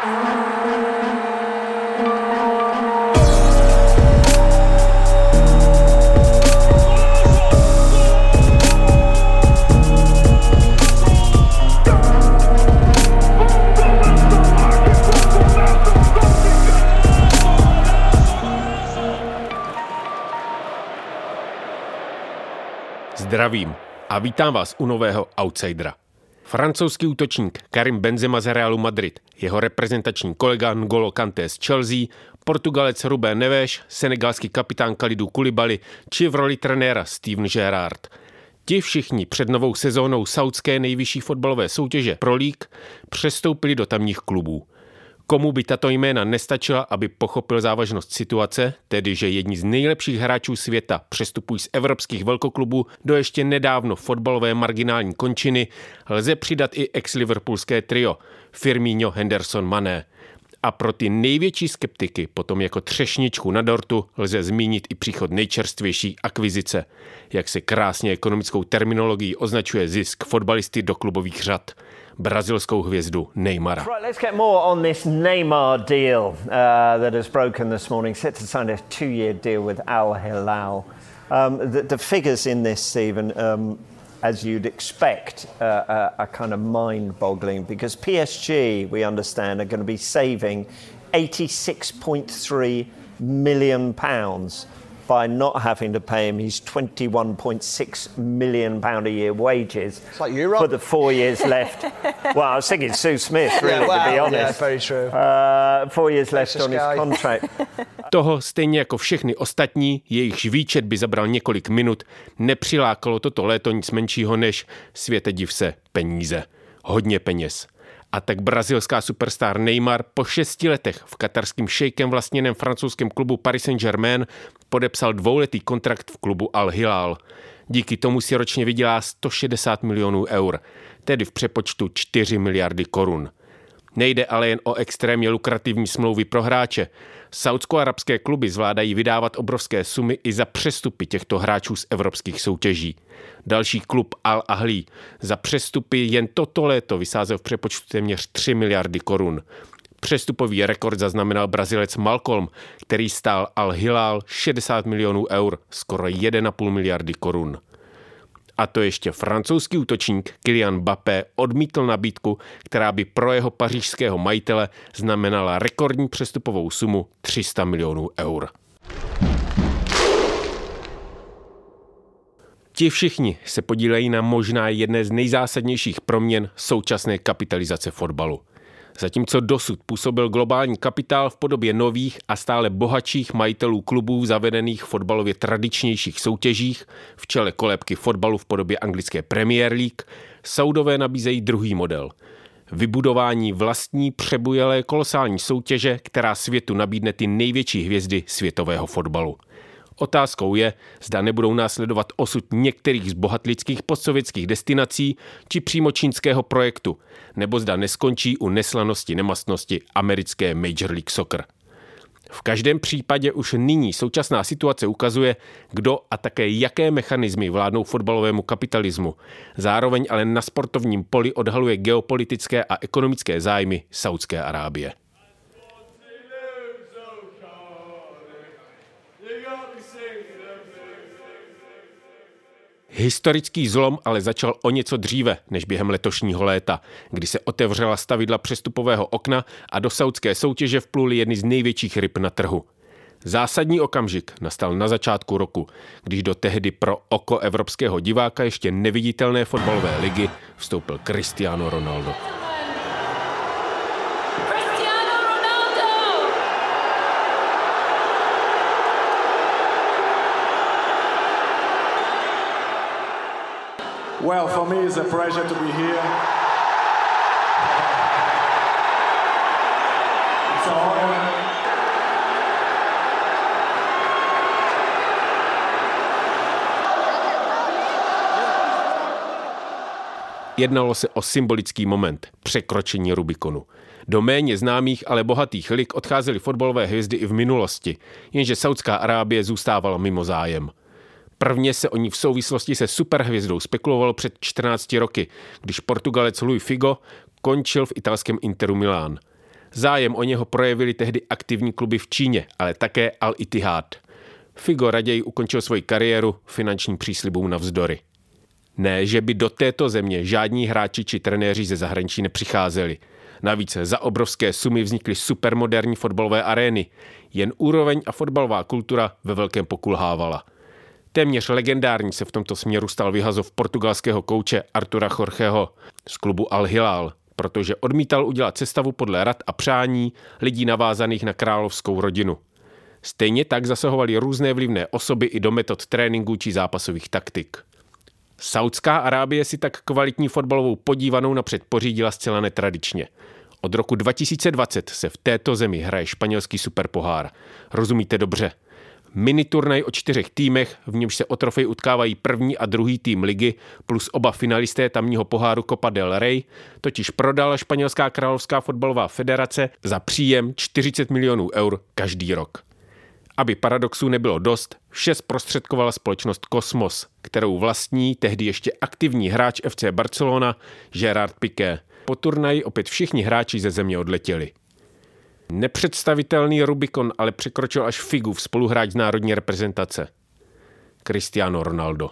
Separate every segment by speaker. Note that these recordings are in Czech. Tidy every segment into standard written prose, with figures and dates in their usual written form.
Speaker 1: Zdravím a vítám vás u nového Outsidera. Francouzský útočník Karim Benzema z Realu Madrid, jeho reprezentační kolega N'Golo Kanté z Chelsea, Portugalec Ruben Neves, senegalský kapitán Kalidou Koulibaly či v roli trenéra Steven Gerrard. Ti všichni před novou sezónou saudské nejvyšší fotbalové soutěže Pro League přestoupili do tamních klubů. Komu by tato jména nestačila, aby pochopil závažnost situace, tedy že jedni z nejlepších hráčů světa přestupují z evropských velkoklubů do ještě nedávno fotbalové marginální končiny, lze přidat i ex-liverpoolské trio Firmino, Henderson, Mané. A pro ty největší skeptiky potom jako třešničku na dortu lze zmínit i příchod nejčerstvější akvizice, jak se krásně ekonomickou terminologií označuje zisk fotbalisty do klubových řad. Brazilskou hvězdu Neymara.
Speaker 2: Right, let's get more on this Neymar deal that has broken this morning. Set to sign a 2-year deal with Al Hilal. The figures in this, Stephen, as you'd expect, are kind of mind-boggling because PSG, we understand, are going to be saving £86.3 million by not having to pay him his £21.6 million a year wages.
Speaker 3: It's like you, Rob.
Speaker 2: For the 4 years left. Well, I was thinking Sue Smith, really, to be honest.
Speaker 3: Yeah, very true.
Speaker 2: 4 years left on his contract.
Speaker 1: Toho stejně jako všechny ostatní, jejichž výčet by zabral několik minut, nepřilákalo toto léto nic menšího než, světe div se, peníze. Hodně peněz. A tak brazilská superstar Neymar po 6 letech v katarským šejkem vlastněném francouzském klubu Paris Saint-Germain podepsal 2letý kontrakt v klubu Al Hilal. Díky tomu si ročně vydělá 160 milionů eur, tedy v přepočtu 4 miliardy korun. Nejde ale jen o extrémně lukrativní smlouvy pro hráče. Saúdsko-arabské kluby zvládají vydávat obrovské sumy i za přestupy těchto hráčů z evropských soutěží. Další klub Al Ahly za přestupy jen toto léto vysázel v přepočtu téměř 3 miliardy korun. Přestupový rekord zaznamenal Brazilec Malcolm, který stál Al Hilal 60 milionů eur, skoro 1,5 miliardy korun. A to ještě francouzský útočník Kylian Mbappé odmítl nabídku, která by pro jeho pařížského majitele znamenala rekordní přestupovou sumu 300 milionů eur. Ti všichni se podílejí na možná jedné z nejzásadnějších proměn současné kapitalizace fotbalu. Zatímco dosud působil globální kapitál v podobě nových a stále bohatších majitelů klubů zavedených v fotbalově tradičnějších soutěžích, v čele kolébky fotbalu v podobě anglické Premier League, Saudové nabízejí druhý model. Vybudování vlastní přebujelé kolosální soutěže, která světu nabídne ty největší hvězdy světového fotbalu. Otázkou je, zda nebudou následovat osud některých z bohatlických postsovětských destinací či přímo čínského projektu, nebo zda neskončí u neslanosti nemastnosti americké Major League Soccer. V každém případě už nyní současná situace ukazuje, kdo a také jaké mechanismy vládnou fotbalovému kapitalismu. Zároveň ale na sportovním poli odhaluje geopolitické a ekonomické zájmy Saúdské Arábie. Historický zlom ale začal o něco dříve než během letošního léta, kdy se otevřela stavidla přestupového okna a do saúdské soutěže vpluli jedny z největších ryb na trhu. Zásadní okamžik nastal na začátku roku, když do tehdy pro oko evropského diváka ještě neviditelné fotbalové ligy vstoupil Cristiano Ronaldo.
Speaker 4: Well, for me it's a pleasure to be here. It's an honor.
Speaker 1: Jednalo se o symbolický moment, překročení Rubikonu. Do méně známých, ale bohatých lig odcházely fotbalové hvězdy i v minulosti, jenže Saúdská Arábie zůstávala mimo zájem. Prvně se o ní v souvislosti se superhvězdou spekulovalo před 14 roky, když Portugalec Luís Figo končil v italském Interu Milán. Zájem o něho projevili tehdy aktivní kluby v Číně, ale také Al-Ittihad. Figo raději ukončil svoji kariéru finančním příslibům navzdory. Ne, že by do této země žádní hráči či trenéři ze zahraničí nepřicházeli. Navíc za obrovské sumy vznikly supermoderní fotbalové arény. Jen úroveň a fotbalová kultura ve velkém pokulhávala. Téměř legendární se v tomto směru stal vyhazov portugalského kouče Artura Jorgeho z klubu Al-Hilal, protože odmítal udělat sestavu podle rad a přání lidí navázaných na královskou rodinu. Stejně tak zasahovaly různé vlivné osoby i do metod tréninku či zápasových taktik. Saudská Arábie si tak kvalitní fotbalovou podívanou napřed pořídila zcela netradičně. Od roku 2020 se v této zemi hraje španělský superpohár. Rozumíte dobře. Miniturnaj o 4 týmech, v němž se o trofej utkávají první a druhý tým ligy plus oba finalisté tamního poháru Copa del Rey, totiž prodala španělská královská fotbalová federace za příjem 40 milionů eur každý rok. Aby paradoxů nebylo dost, vše zprostředkovala společnost Kosmos, kterou vlastní tehdy ještě aktivní hráč FC Barcelona Gerard Piqué. Po turnaji opět všichni hráči ze země odletěli. Nepředstavitelný Rubikon ale překročil až Figův spoluhráč z národní reprezentace. Cristiano Ronaldo.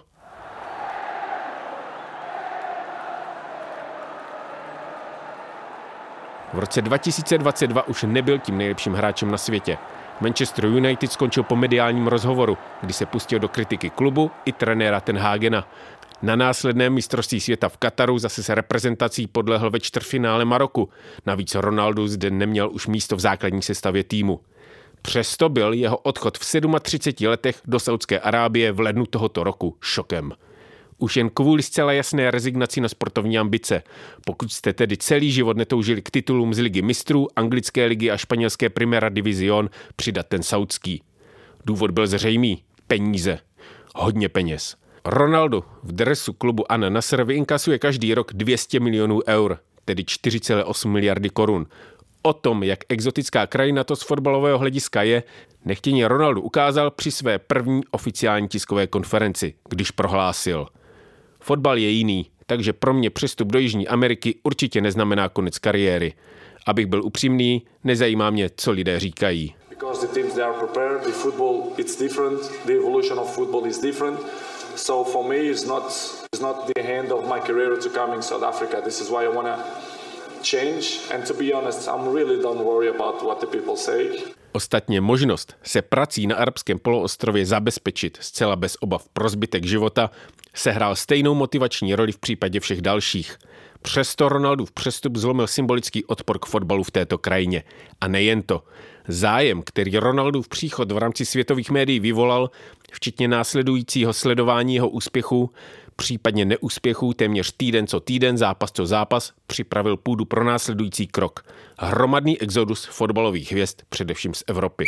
Speaker 1: V roce 2022 už nebyl tím nejlepším hráčem na světě. Manchester United skončil po mediálním rozhovoru, kdy se pustil do kritiky klubu i trenéra Ten Hagena. Na následném mistrovství světa v Kataru zase se reprezentací podlehl ve čtvrtfinále Maroku. Navíc Ronaldo zde neměl už místo v základní sestavě týmu. Přesto byl jeho odchod v 37 letech do Saudské Arábie v lednu tohoto roku šokem. Už jen kvůli zcela jasné rezignaci na sportovní ambice. Pokud jste tedy celý život netoužili k titulům z ligy mistrů, anglické ligy a španělské Primera Division, přidat ten saudský. Důvod byl zřejmý. Peníze. Hodně peněz. Ronaldo v dresu klubu Al Nassr vyinkasuje každý rok 200 milionů eur, tedy 4,8 miliardy korun. O tom, jak exotická krajina to z fotbalového hlediska je, nechtěně Ronaldo ukázal při své první oficiální tiskové konferenci, když prohlásil: Fotbal je jiný, takže pro mě přestup do Jižní Ameriky určitě neznamená konec kariéry. Abych byl upřímný, nezajímá mě, co lidé říkají.
Speaker 4: Because the teams they are prepared, the football it's different, the evolution of football is different. So for me it's not the end of my career to come in South Africa. This is why I want to change, and to be honest, I'm really don't worry about what the people say.
Speaker 1: Ostatně možnost se prací na arabském poloostrově zabezpečit zcela bez obav pro zbytek života sehrál stejnou motivační roli v případě všech dalších. Přesto Ronaldův přestup zlomil symbolický odpor k fotbalu v této krajině. A nejen to. Zájem, který Ronaldův příchod v rámci světových médií vyvolal, včetně následujícího sledování jeho úspěchů, případně neúspěchů téměř týden co týden, zápas co zápas, připravil půdu pro následující krok. Hromadný exodus fotbalových hvězd, především z Evropy.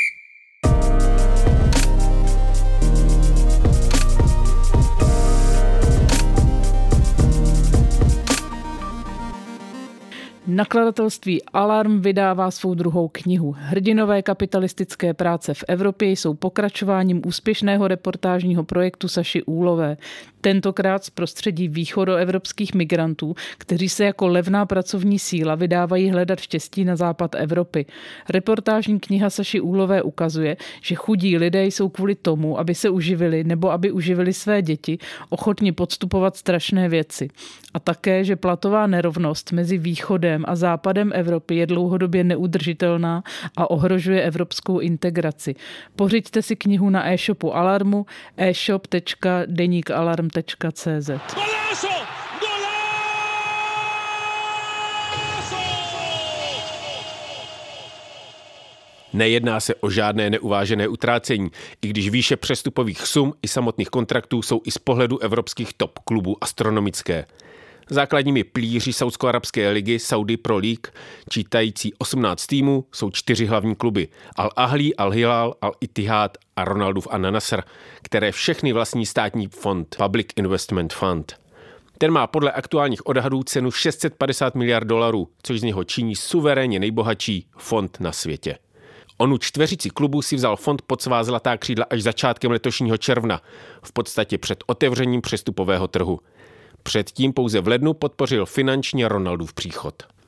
Speaker 3: Nakladatelství Alarm vydává svou druhou knihu. Hrdinové kapitalistické práce v Evropě jsou pokračováním úspěšného reportážního projektu Saši Úlové. Tentokrát z prostředí východoevropských migrantů, kteří se jako levná pracovní síla vydávají hledat štěstí na západ Evropy. Reportážní kniha Saši Úlové ukazuje, že chudí lidé jsou kvůli tomu, aby se uživili nebo aby uživili své děti, ochotni podstupovat strašné věci. A také, že platová nerovnost mezi východem a západem Evropy je dlouhodobě neudržitelná a ohrožuje evropskou integraci. Pořiďte si knihu na e-shopu Alarmu e-shop.denikalarm.cz.
Speaker 1: Nejedná se o žádné neuvážené utrácení, i když výše přestupových sum i samotných kontraktů jsou i z pohledu evropských top klubů astronomické. Základními pilíři Saudsko-arabské ligy Saudi Pro League, čítající 18 týmů, jsou 4 hlavní kluby: Al-Ahli, Al-Hilal, Al-Ittihad a Ronaldův Al Nassr, které všechny vlastní státní fond Public Investment Fund. Ten má podle aktuálních odhadů cenu 650 miliard dolarů, což z něho činí suverénně nejbohatší fond na světě. Onu čtveřici klubů si vzal fond pod svá zlatá křídla až začátkem letošního června, v podstatě před otevřením přestupového trhu. Předtím pouze v lednu podpořil finančně Ronaldův příchod.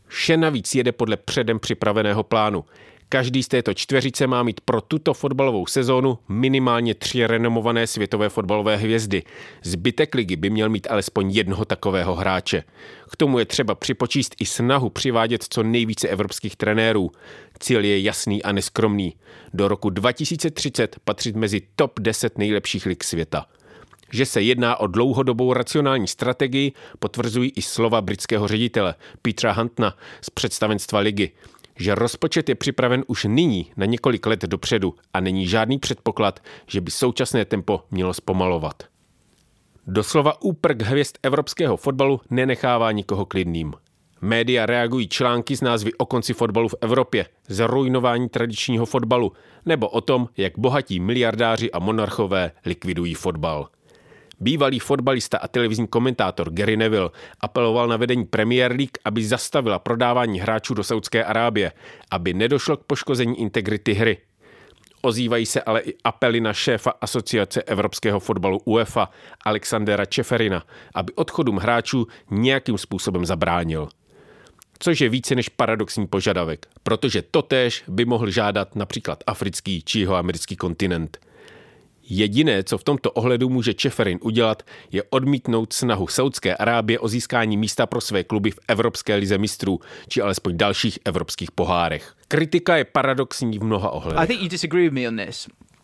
Speaker 1: Vše navíc jede podle předem připraveného plánu. Každý z této čtveřice má mít pro tuto fotbalovou sezónu minimálně 3 renomované světové fotbalové hvězdy. Zbytek ligy by měl mít alespoň jednoho takového hráče. K tomu je třeba připočíst i snahu přivádět co nejvíce evropských trenérů. Cíl je jasný a neskromný. Do roku 2030 patřit mezi top 10 nejlepších lig světa. Že se jedná o dlouhodobou racionální strategii, potvrzují i slova britského ředitele Petera Huntona z představenstva ligy. Že rozpočet je připraven už nyní na několik let dopředu a není žádný předpoklad, že by současné tempo mělo zpomalovat. Doslova úprk hvězd evropského fotbalu nenechává nikoho klidným. Média reagují články s názvy o konci fotbalu v Evropě, zruinování tradičního fotbalu nebo o tom, jak bohatí miliardáři a monarchové likvidují fotbal. Bývalý fotbalista a televizní komentátor Gary Neville apeloval na vedení Premier League, aby zastavila prodávání hráčů do Saudské Arábie, aby nedošlo k poškození integrity hry. Ozývají se ale i apely na šéfa asociace evropského fotbalu UEFA Alexandera Čeferina, aby odchodům hráčů nějakým způsobem zabránil. Což je více než paradoxní požadavek, protože totéž by mohl žádat například africký či jihoamerický kontinent. Jediné, co v tomto ohledu může Čeferin udělat, je odmítnout snahu Saudské Arábie o získání místa pro své kluby v Evropské lize mistrů, či alespoň dalších evropských pohárech. Kritika je paradoxní v mnoha ohledech.
Speaker 5: I think you disagree with me on this.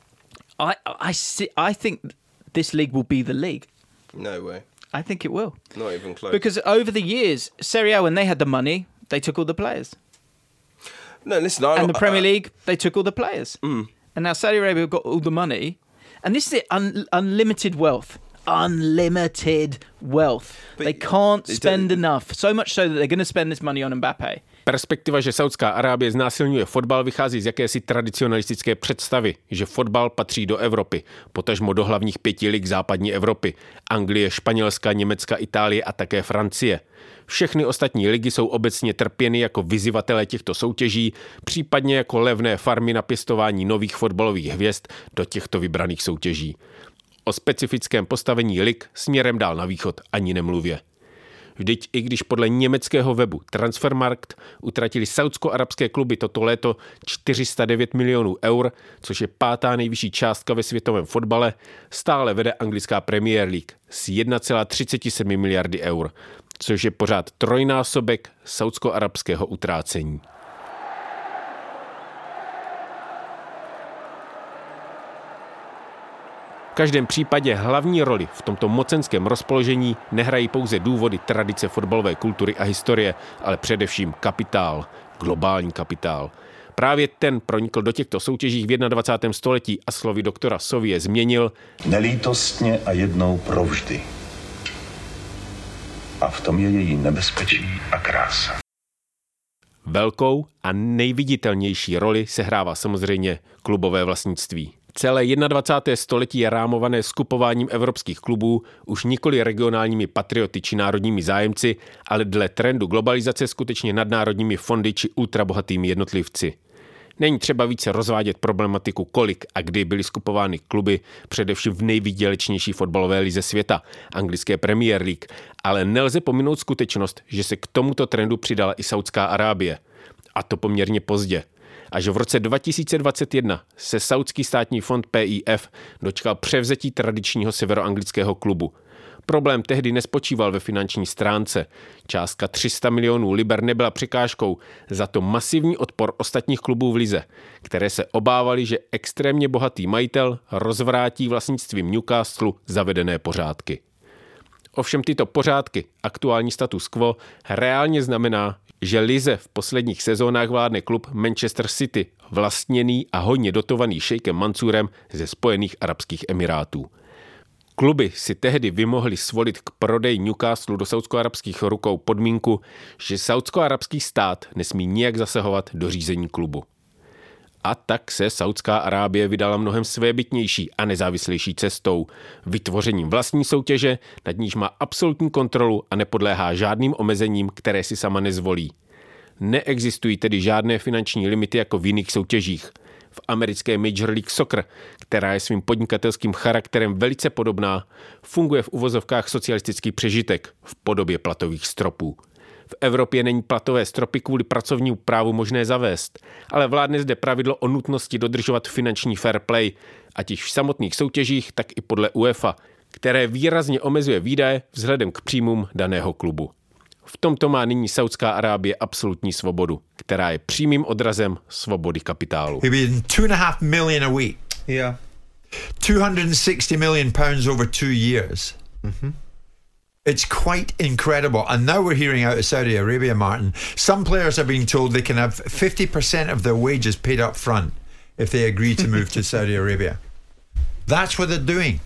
Speaker 5: I think this league will be the league.
Speaker 6: No way.
Speaker 5: I think it will.
Speaker 6: Not even close.
Speaker 5: Because over the years, Serie A, when they had the money, they took all the players.
Speaker 6: No, listen,
Speaker 5: And the Premier League, they took all the players. And now Saudi Arabia have got all the money. And this is it, unlimited wealth. Unlimited wealth. They can't spend enough. So much so that they're going to spend this money on Mbappé.
Speaker 1: Perspektiva, že Saudská Arábie znásilňuje fotbal, vychází z jakési tradicionalistické představy, že fotbal patří do Evropy, potažmo do hlavních 5 lig západní Evropy, Anglie, Španělska, Německa, Itálie a také Francie. Všechny ostatní ligy jsou obecně trpěny jako vyzývatelé těchto soutěží, případně jako levné farmy na pěstování nových fotbalových hvězd do těchto vybraných soutěží. O specifickém postavení lig směrem dál na východ ani nemluvě. Vždyť i když podle německého webu Transfermarkt utratili saudsko-arabské kluby toto léto 409 milionů eur, což je 5. nejvyšší částka ve světovém fotbale, stále vede anglická Premier League s 1,37 miliardy eur, což je pořád trojnásobek saudsko-arabského utrácení. V každém případě hlavní roli v tomto mocenském rozpoložení nehrají pouze důvody tradice fotbalové kultury a historie, ale především kapitál, globální kapitál. Právě ten pronikl do těchto soutěží v 21. století a slovy doktora Sovie změnil
Speaker 7: nelítostně a jednou provždy. A v tom je její nebezpečí a krása.
Speaker 1: Velkou a nejviditelnější roli sehrává samozřejmě klubové vlastnictví. Celé 21. století je rámované skupováním evropských klubů už nikoli regionálními patrioty či národními zájemci, ale dle trendu globalizace skutečně nadnárodními fondy či ultrabohatými jednotlivci. Není třeba více rozvádět problematiku, kolik a kdy byly skupovány kluby, především v nejvýdělečnější fotbalové lize světa, anglické Premier League, ale nelze pominout skutečnost, že se k tomuto trendu přidala i Saudská Arábie. A to poměrně pozdě. Až v roce 2021 se saudský státní fond PIF dočkal převzetí tradičního severoanglického klubu. Problém tehdy nespočíval ve finanční stránce. Částka 300 milionů liber nebyla překážkou, za to masivní odpor ostatních klubů v lize, které se obávali, že extrémně bohatý majitel rozvrátí vlastnictvím Newcastle zavedené pořádky. Ovšem tyto pořádky, aktuální status quo, reálně znamená, že lize v posledních sezónách vládne klub Manchester City, vlastněný a hodně dotovaný šejkem Mansurem ze Spojených arabských emirátů. Kluby si tehdy vymohli svolit k prodeji Newcastle do saudsko-arabských rukou podmínku, že saudsko-arabský stát nesmí nijak zasahovat do řízení klubu. A tak se Saudská Arábie vydala mnohem svébytnější a nezávislejší cestou, vytvořením vlastní soutěže, nad níž má absolutní kontrolu a nepodléhá žádným omezením, které si sama nezvolí. Neexistují tedy žádné finanční limity jako v jiných soutěžích. V americké Major League Soccer, která je svým podnikatelským charakterem velice podobná, funguje v uvozovkách socialistický přežitek v podobě platových stropů. V Evropě není platové stropy kvůli pracovnímu právu možné zavést, ale vládne zde pravidlo o nutnosti dodržovat finanční fair play, ať již v samotných soutěžích, tak i podle UEFA, které výrazně omezuje výdaje vzhledem k příjmům daného klubu. V tomto má nyní Saudská Arábie absolutní svobodu, která je přímým odrazem svobody kapitálu.
Speaker 8: 2.5 million a week.
Speaker 9: Yeah.
Speaker 8: 260 million pounds over 2 years.
Speaker 9: Mm-hmm.
Speaker 8: It's quite incredible. And now we're hearing out of Saudi Arabia, Martin, some players are being told they can have 50% of their wages paid up front if they agree to move to Saudi Arabia. That's what they're doing.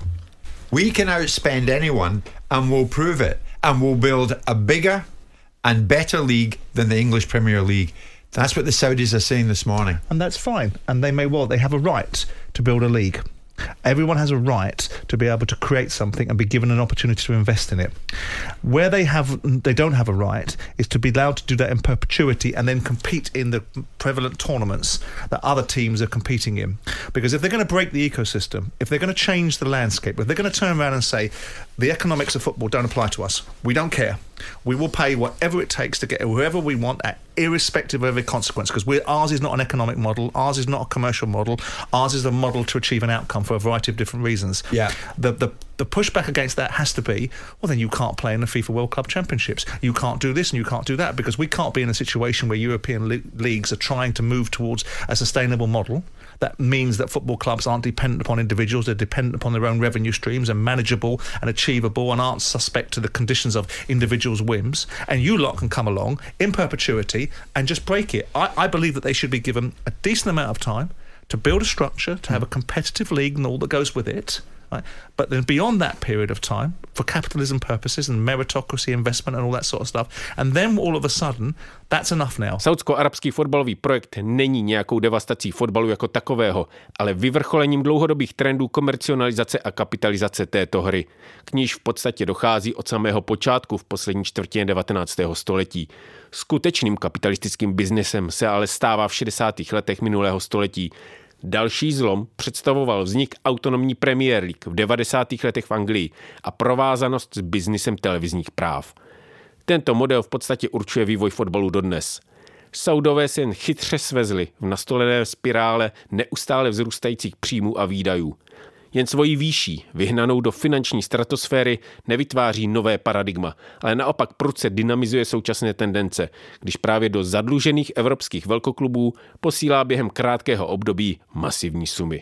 Speaker 8: We can outspend anyone and we'll prove it. And we'll build a bigger and better league than the English Premier League. That's what the Saudis are saying this morning.
Speaker 9: And that's fine. And they have a right to build a league. Everyone has a right to be able to create something and be given an opportunity to invest in it. Where they don't have a right is to be allowed to do that in perpetuity and then compete in the prevalent tournaments that other teams are competing in. Because if they're going to break the ecosystem, if they're going to change the landscape, if they're going to turn around and say the economics of football don't apply to us, we don't care. We will pay whatever it takes to get whoever we want at irrespective of every consequence, because ours is not an economic model, ours is not a commercial model, ours is a model to achieve an outcome for a variety of different reasons.
Speaker 8: Yeah.
Speaker 9: The pushback against that has to be, well, then you can't play in the FIFA World Club Championships. You can't do this and you can't do that, because we can't be in a situation where European leagues are trying to move towards a sustainable model. That means that football clubs aren't dependent upon individuals, they're dependent upon their own revenue streams and manageable and achievable and aren't suspect to the conditions of individuals' whims. And you lot can come along in perpetuity and just break it. I believe that they should be given a decent amount of time to build a structure, to have a competitive league and all that goes with it. Right? But then beyond that period of time, for capitalism purposes and meritocracy, investment and all that sort of stuff, and then all of a sudden, that's enough now.
Speaker 1: Saudsko-arabský fotbalový projekt není nějakou devastací fotbalu jako takového, ale vyvrcholením dlouhodobých trendů komercionalizace a kapitalizace této hry. K níž v podstatě dochází od samého počátku v poslední čtvrtině 19. století. Skutečným kapitalistickým biznesem se ale stává v 60. letech minulého století. Další zlom představoval vznik autonomní Premier League v 90. letech v Anglii a provázanost s biznisem televizních práv. Tento model v podstatě určuje vývoj fotbalu dodnes. Saudové se jen chytře svezli v nastolené spirále neustále vzrůstajících příjmů a výdajů. Jen svojí výší, vyhnanou do finanční stratosféry, nevytváří nové paradigma, ale naopak prudce dynamizuje současné tendence, když právě do zadlužených evropských velkoklubů posílá během krátkého období masivní sumy.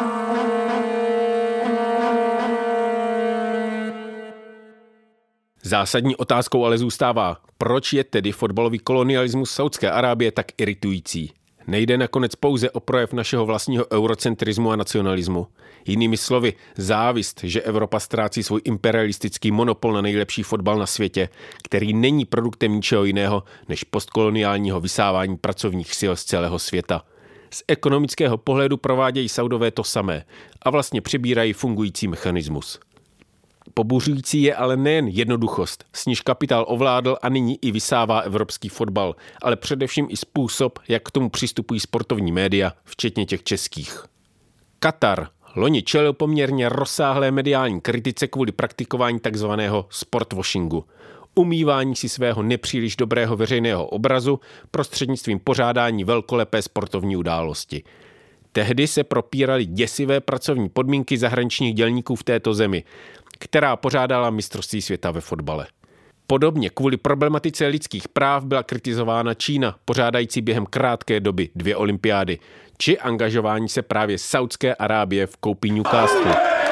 Speaker 1: Zásadní otázkou ale zůstává, proč je tedy fotbalový kolonialismus Saudské Arábie tak iritující. Nejde nakonec pouze o projev našeho vlastního eurocentrismu a nacionalismu. Jinými slovy, závist, že Evropa ztrácí svůj imperialistický monopol na nejlepší fotbal na světě, který není produktem ničeho jiného než postkoloniálního vysávání pracovních sil z celého světa. Z ekonomického pohledu provádějí Saudové to samé a vlastně přebírají fungující mechanismus. Pobuřující je ale nejen jednoduchost, s níž kapitál ovládl a nyní i vysává evropský fotbal, ale především i způsob, jak k tomu přistupují sportovní média, včetně těch českých. Katar loni čelil poměrně rozsáhlé mediální kritice kvůli praktikování takzvaného sportwashingu, umývání si svého nepříliš dobrého veřejného obrazu prostřednictvím pořádání velkolepé sportovní události. Tehdy se propíraly děsivé pracovní podmínky zahraničních dělníků v této zemi, která pořádala mistrovství světa ve fotbale. Podobně kvůli problematice lidských práv byla kritizována Čína, pořádající během krátké doby 2 olympiády, či angažování se právě Saudské Arábie v koupi Newcastle.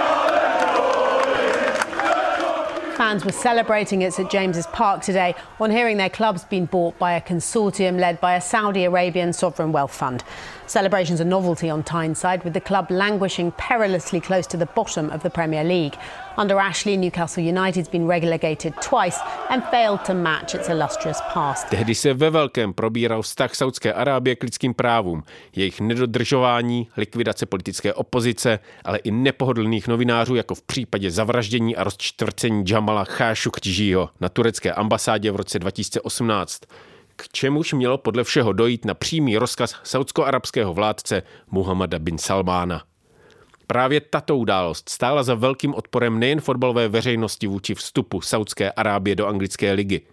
Speaker 10: Fans were celebrating at St James's Park today on hearing their clubs been bought by a consortium led by a Saudi Arabian sovereign wealth fund. Celebrations a novelty on Tyneside, with the club languishing perilously close to the bottom of the Premier League. Under Ashley, Newcastle United's been relegated twice and failed to match its illustrious past.
Speaker 1: Tehdy se ve velkém probíral vztah Saudské Arábie k lidským právům, jejich nedodržování, likvidace politické opozice, ale i nepohodlných novinářů, jako v případě zavraždění a rozčtvrcení Jamala Khashoggiho na turecké ambasádě v roce 2018. K čemuž mělo podle všeho dojít na přímý rozkaz saudsko-arabského vládce Muhammada bin Salmána. Právě tato událost stála za velkým odporem nejen fotbalové veřejnosti vůči vstupu Saudské Arábie do anglické ligy.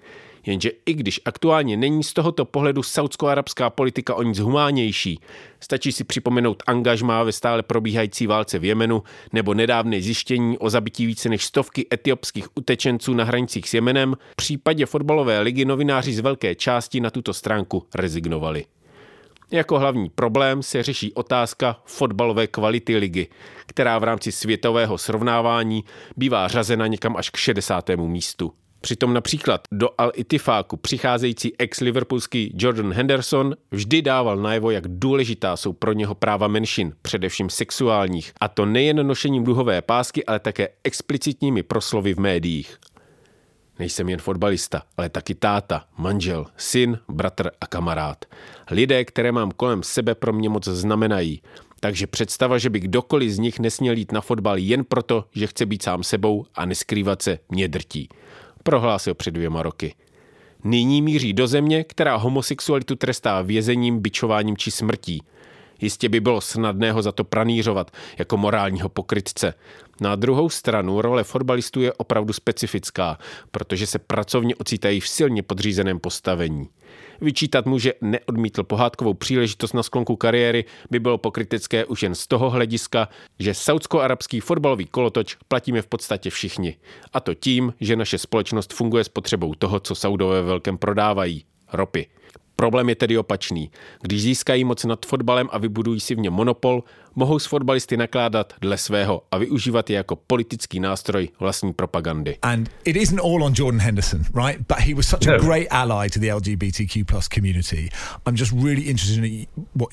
Speaker 1: Jenže i když aktuálně není z tohoto pohledu saúdsko-arabská politika o nic humánnější, stačí si připomenout angažmá ve stále probíhající válce v Jemenu nebo nedávné zjištění o zabití více než 100 etiopských utečenců na hranicích s Jemenem, v případě fotbalové ligy novináři z velké části na tuto stránku rezignovali. Jako hlavní problém se řeší otázka fotbalové kvality ligy, která v rámci světového srovnávání bývá řazena někam až k 60. místu. Přitom například do Al-Ittifáku přicházející ex-liverpoolský Jordan Henderson vždy dával najevo, jak důležitá jsou pro něho práva menšin, především sexuálních, a to nejen nošením duhové pásky, ale také explicitními proslovy v médiích. Nejsem jen fotbalista, ale taky táta, manžel, syn, bratr a kamarád. Lidé, které mám kolem sebe, pro mě moc znamenají. Takže představa, že by kdokoliv z nich nesměl jít na fotbal jen proto, že chce být sám sebou a neskrývat se, mě drtí. Prohlásil před 2 roky. Nyní míří do země, která homosexualitu trestá vězením, bičováním či smrtí. Jistě by bylo snadné ho za to pranířovat jako morálního pokrytce. Na druhou stranu role fotbalistů je opravdu specifická, protože se pracovně ocitají v silně podřízeném postavení. Vyčítat mu, že neodmítl pohádkovou příležitost na sklonku kariéry, by bylo pokrytecké už jen z toho hlediska, že saúdsko-arabský fotbalový kolotoč platíme v podstatě všichni. A to tím, že naše společnost funguje s potřebou toho, co Saudové ve velkém prodávají – ropy. Problém je tedy opačný. Když získají moc nad fotbalem a vybudují si v něm monopol, mohou s fotbalisty nakládat dle svého a využívat je jako politický nástroj vlastní propagandy.
Speaker 11: And it isn't all on Jordan Henderson, right? But he was such a great ally to the LGBTQ+ community. I'm just really interested in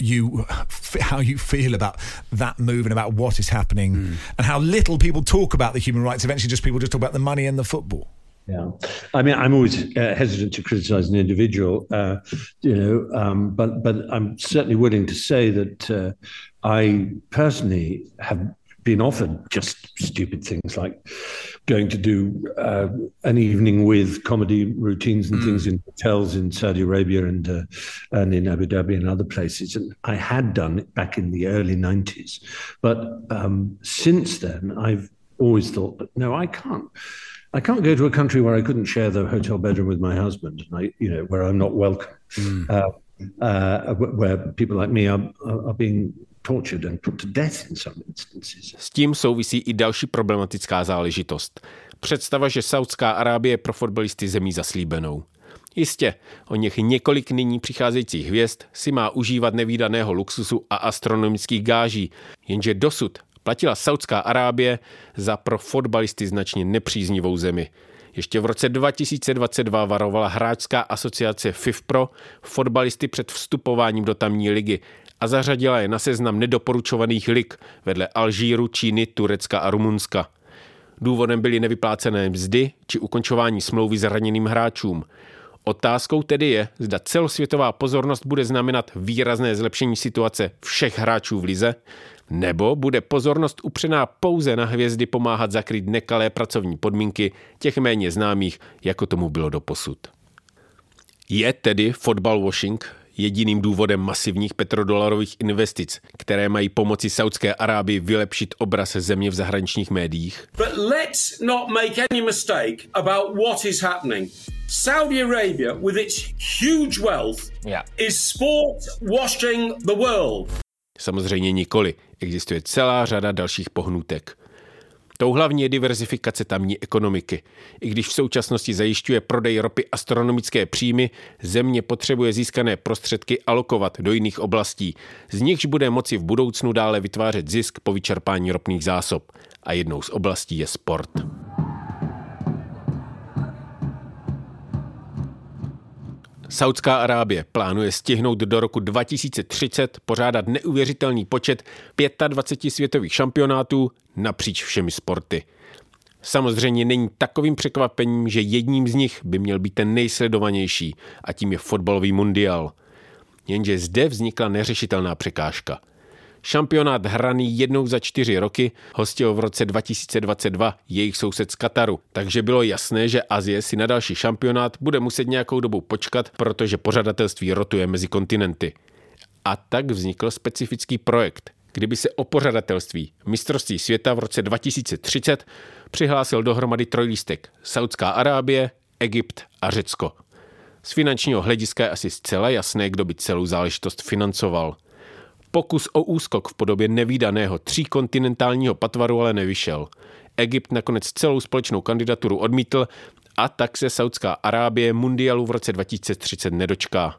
Speaker 11: how you feel about that move and about what is happening and how little people talk about the human rights. Eventually people just talk about the money and the football.
Speaker 12: Yeah, I mean, I'm always hesitant to criticize an individual, but I'm certainly willing to say that I personally have been offered just stupid things like going to do an evening with comedy routines and things in hotels in Saudi Arabia and in Abu Dhabi and other places. And I had done it back in the early 90s. But since then, I've always thought that, no, I can't go to a country where I couldn't share the hotel bedroom with my husband, where I'm not welcome, where people like me are being tortured and put to death in some instances.
Speaker 1: S tím souvisí i další problematická záležitost. Představa, že Saudská Arábie je pro fotbalisty zemí zaslíbenou. Jistě, o něch několik nyní přicházejících hvězd si má užívat nevídaného luxusu a astronomických gáží, jenže dosud platila Saudská Arábie za pro fotbalisty značně nepříznivou zemi. Ještě v roce 2022 varovala hráčská asociace FIFPro fotbalisty před vstupováním do tamní ligy a zařadila je na seznam nedoporučovaných lig vedle Alžíru, Číny, Turecka a Rumunska. Důvodem byly nevyplácené mzdy či ukončování smlouvy zraněným hráčům. Otázkou tedy je, zda celosvětová pozornost bude znamenat výrazné zlepšení situace všech hráčů v lize, nebo bude pozornost upřená pouze na hvězdy pomáhat zakrýt nekalé pracovní podmínky těch méně známých, jako tomu bylo doposud. Je tedy football washing jediným důvodem masivních petrodolarových investic, které mají pomoci Saudské Arábii vylepšit obraz země v zahraničních médiích?
Speaker 13: But let's not make any mistake about what is happening. Saudi Arabia, with its huge wealth, is sport washing the world.
Speaker 1: Samozřejmě nikoli. Existuje celá řada dalších pohnutek. Tou hlavní je diverzifikace tamní ekonomiky. I když v současnosti zajišťuje prodej ropy astronomické příjmy, země potřebuje získané prostředky alokovat do jiných oblastí, z nichž bude moci v budoucnu dále vytvářet zisk po vyčerpání ropných zásob. A jednou z oblastí je sport. Saudská Arábie plánuje stihnout do roku 2030 pořádat neuvěřitelný počet 25 světových šampionátů napříč všemi sporty. Samozřejmě není takovým překvapením, že jedním z nich by měl být ten nejsledovanější, a tím je fotbalový mundial. Jenže zde vznikla neřešitelná překážka. Šampionát hraný jednou za 4 roky hostil v roce 2022 jejich soused z Kataru, takže bylo jasné, že Asie si na další šampionát bude muset nějakou dobu počkat, protože pořadatelství rotuje mezi kontinenty. A tak vznikl specifický projekt, kdyby se o pořadatelství mistrovství světa v roce 2030 přihlásil dohromady trojlístek Saudská Arábie, Egypt a Řecko. Z finančního hlediska je asi zcela jasné, kdo by celou záležitost financoval. Pokus o úskok v podobě nevídaného 3kontinentálního patvaru ale nevyšel. Egypt nakonec celou společnou kandidaturu odmítl a tak se Saudská Arábie mundialu v roce 2030 nedočká.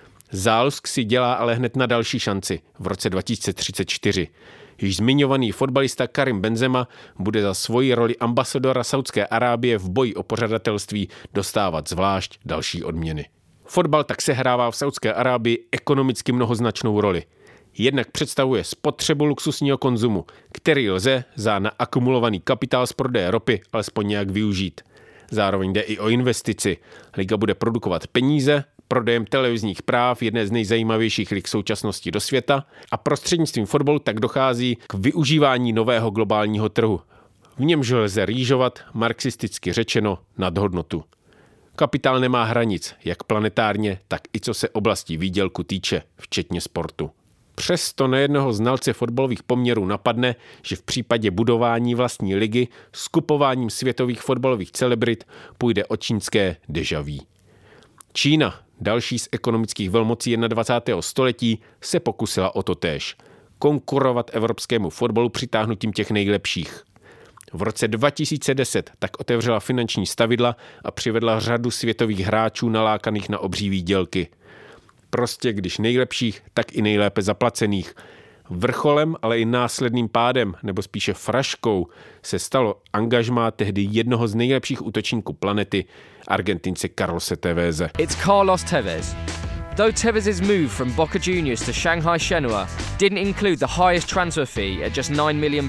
Speaker 1: Zálusk si dělá ale hned na další šanci v roce 2034. Již zmiňovaný fotbalista Karim Benzema bude za svoji roli ambasadora Saudské Arábie v boji o pořadatelství dostávat zvlášť další odměny. Fotbal tak sehrává v Saudské Arábii ekonomicky mnohoznačnou roli. Jednak představuje spotřebu luxusního konzumu, který lze za naakumulovaný kapitál z prodeje ropy alespoň nějak využít. Zároveň jde i o investici. Liga bude produkovat peníze prodejem televizních práv jedné z nejzajímavějších lig současnosti do světa a prostřednictvím fotbalu tak dochází k využívání nového globálního trhu. V němž lze rýžovat, marxisticky řečeno, nadhodnotu. Kapitál nemá hranic, jak planetárně, tak i co se oblasti výdělku týče, včetně sportu. Přesto nejednoho znalce fotbalových poměrů napadne, že v případě budování vlastní ligy s kupováním světových fotbalových celebrit půjde o čínské déjà vu. Čína, další z ekonomických velmocí 21. století, se pokusila o to též. Konkurovat evropskému fotbalu přitáhnutím těch nejlepších. V roce 2010 tak otevřela finanční stavidla a přivedla řadu světových hráčů nalákaných na obří výdělky. Prostě když nejlepších, tak i nejlépe zaplacených. Vrcholem, ale i následným pádem, nebo spíše fraškou, se stalo angažmá tehdy jednoho z nejlepších útočníků planety, Argentince Carlose Teveze.
Speaker 14: It's Carlos Tevez. Though Tevez's move from Boca Juniors to Shanghai Shenhua didn't include the highest transfer fee at just £9 million,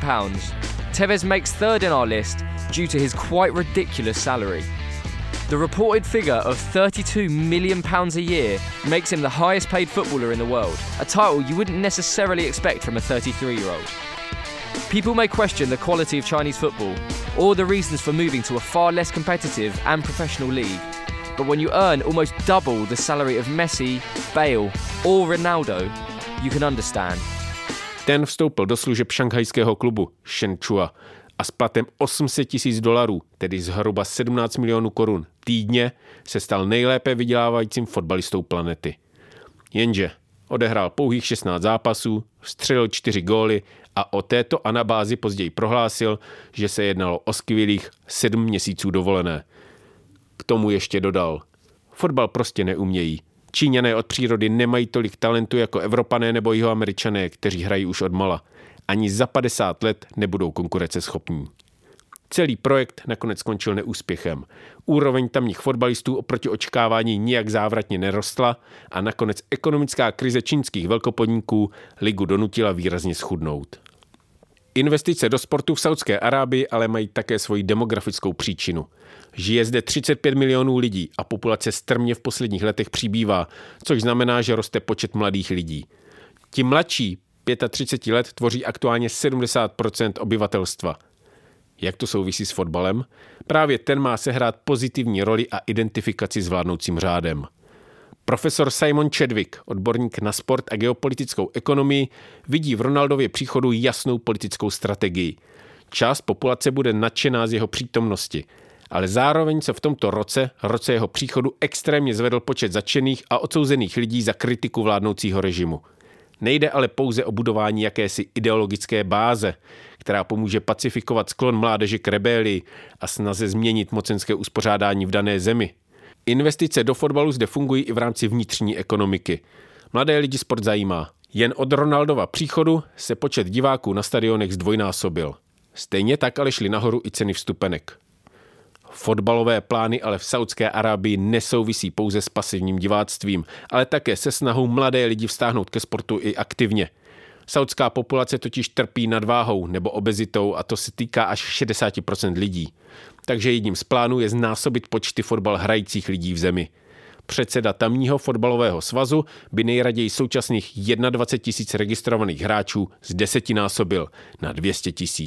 Speaker 14: Tevez makes third in our list due to his quite ridiculous salary. The reported figure of £32 million a year makes him the highest paid footballer in the world, a title you wouldn't necessarily expect from a 33-year-old. People may question the quality of Chinese football or the reasons for moving to a far less competitive and professional league, but when you earn almost double the salary of Messi, Bale or Ronaldo, you can understand.
Speaker 1: Ten vstoupil do služeb šanghajského klubu Shenchua a s platem $800,000, tedy zhruba 17 milionů korun týdně, se stal nejlépe vydělávajícím fotbalistou planety. Jenže odehrál pouhých 16 zápasů, vstřelil 4 góly a o této anabázi později prohlásil, že se jednalo o skvělých 7 měsíců dovolené. K tomu ještě dodal: fotbal prostě neumějí. Číňané od přírody nemají tolik talentu jako Evropané nebo Jihoameričané, kteří hrají už odmala. Ani za 50 let nebudou konkurenceschopní. Celý projekt nakonec skončil neúspěchem. Úroveň tamních fotbalistů oproti očekávání nijak závratně nerostla a nakonec ekonomická krize čínských velkopodniků ligu donutila výrazně schudnout. Investice do sportu v Saudské Arábii ale mají také svoji demografickou příčinu. Žije zde 35 milionů lidí a populace strmě v posledních letech přibývá, což znamená, že roste počet mladých lidí. Ti mladší 35 let tvoří aktuálně 70% obyvatelstva. Jak to souvisí s fotbalem? Právě ten má sehrát pozitivní roli a identifikaci s vládnoucím řádem. Profesor Simon Chadwick, odborník na sport a geopolitickou ekonomii, vidí v Ronaldově příchodu jasnou politickou strategii. Část populace bude nadšená z jeho přítomnosti, ale zároveň se v tomto roce jeho příchodu, extrémně zvedl počet zatčených a odsouzených lidí za kritiku vládnoucího režimu. Nejde ale pouze o budování jakési ideologické báze, která pomůže pacifikovat sklon mládeže k rebelii a snaze změnit mocenské uspořádání v dané zemi. Investice do fotbalu zde fungují i v rámci vnitřní ekonomiky. Mladé lidi sport zajímá. Jen od Ronaldova příchodu se počet diváků na stadionech zdvojnásobil. Stejně tak ale šly nahoru i ceny vstupenek. Fotbalové plány ale v Saudské Arábii nesouvisí pouze s pasivním diváctvím, ale také se snahou mladé lidi vztáhnout ke sportu i aktivně. Saudská populace totiž trpí nadváhou nebo obezitou a to se týká až 60% lidí. Takže jedním z plánů je znásobit počty fotbal hrajících lidí v zemi. Předseda tamního fotbalového svazu by nejraději současných 21 000 registrovaných hráčů z 10násobil na 200 000.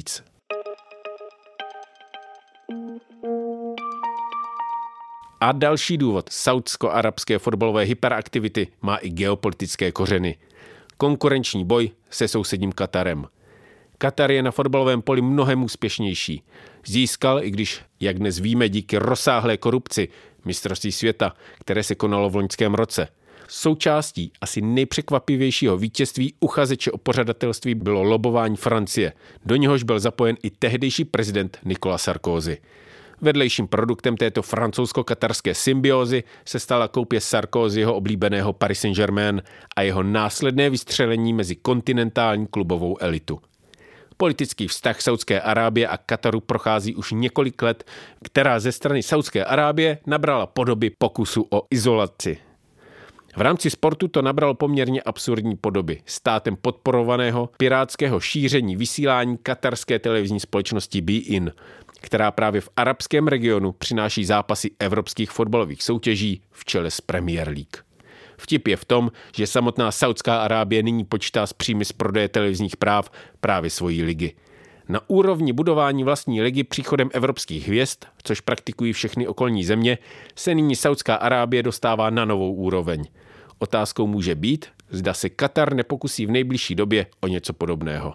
Speaker 1: A další důvod saudsko-arabské fotbalové hyperaktivity má i geopolitické kořeny. Konkurenční boj se sousedním Katarem. Katar je na fotbalovém poli mnohem úspěšnější. Získal, i když, jak dnes víme, díky rozsáhlé korupci, mistrovství světa, které se konalo v loňském roce. Součástí asi nejpřekvapivějšího vítězství uchazeče o pořadatelství bylo lobování Francie. Do něhož byl zapojen i tehdejší prezident Nicolas Sarkozy. Vedlejším produktem této francouzsko-katarské symbiózy se stala koupě Sarkozyho oblíbeného Paris Saint-Germain a jeho následné vystřelení mezi kontinentální klubovou elitu. Politický vztah Saudské Arábie a Kataru prochází už několik let, která ze strany Saudské Arábie nabrala podoby pokusu o izolaci. V rámci sportu to nabralo poměrně absurdní podoby státem podporovaného pirátského šíření vysílání katarské televizní společnosti beIN, která právě v arabském regionu přináší zápasy evropských fotbalových soutěží v čele s Premier League. Vtip je v tom, že samotná Saudská Arábie nyní počítá s příjmy z prodeje televizních práv právě svojí ligy. Na úrovni budování vlastní ligy příchodem evropských hvězd, což praktikují všechny okolní země, se nyní Saudská Arábie dostává na novou úroveň. Otázkou může být, zda se Katar nepokusí v nejbližší době o něco podobného.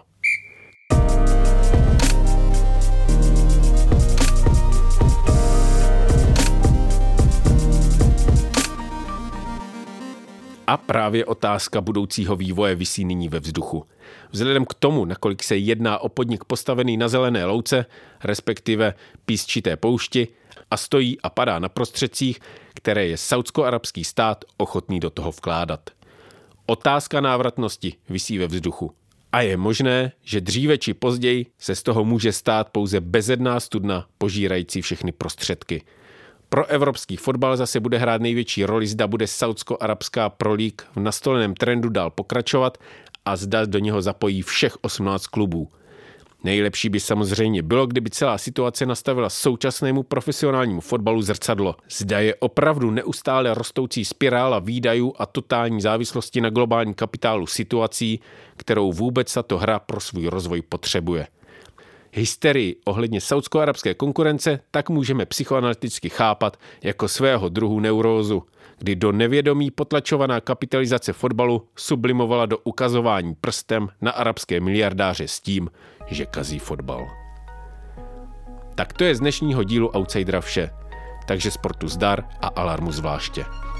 Speaker 1: A právě otázka budoucího vývoje visí nyní ve vzduchu. Vzhledem k tomu, nakolik se jedná o podnik postavený na zelené louce, respektive písčité poušti, a stojí a padá na prostředcích, které je saudsko-arabský stát ochotný do toho vkládat. Otázka návratnosti visí ve vzduchu. A je možné, že dříve či později se z toho může stát pouze bezedná studna požírající všechny prostředky. Pro evropský fotbal zase bude hrát největší roli, zda bude saudsko-arabská Pro League v nastoleném trendu dál pokračovat a zda do něho zapojí všech 18 klubů. Nejlepší by samozřejmě bylo, kdyby celá situace nastavila současnému profesionálnímu fotbalu zrcadlo. Zda je opravdu neustále rostoucí spirála výdajů a totální závislosti na globálním kapitálu situací, kterou vůbec tato hra pro svůj rozvoj potřebuje. Hysterii ohledně saudsko-arabské konkurence tak můžeme psychoanalyticky chápat jako svého druhu neurózu, kdy do nevědomí potlačovaná kapitalizace fotbalu sublimovala do ukazování prstem na arabské miliardáře s tím, že kazí fotbal. Tak to je z dnešního dílu Outsidera vše. Takže sportu zdar a alarmu zvláště.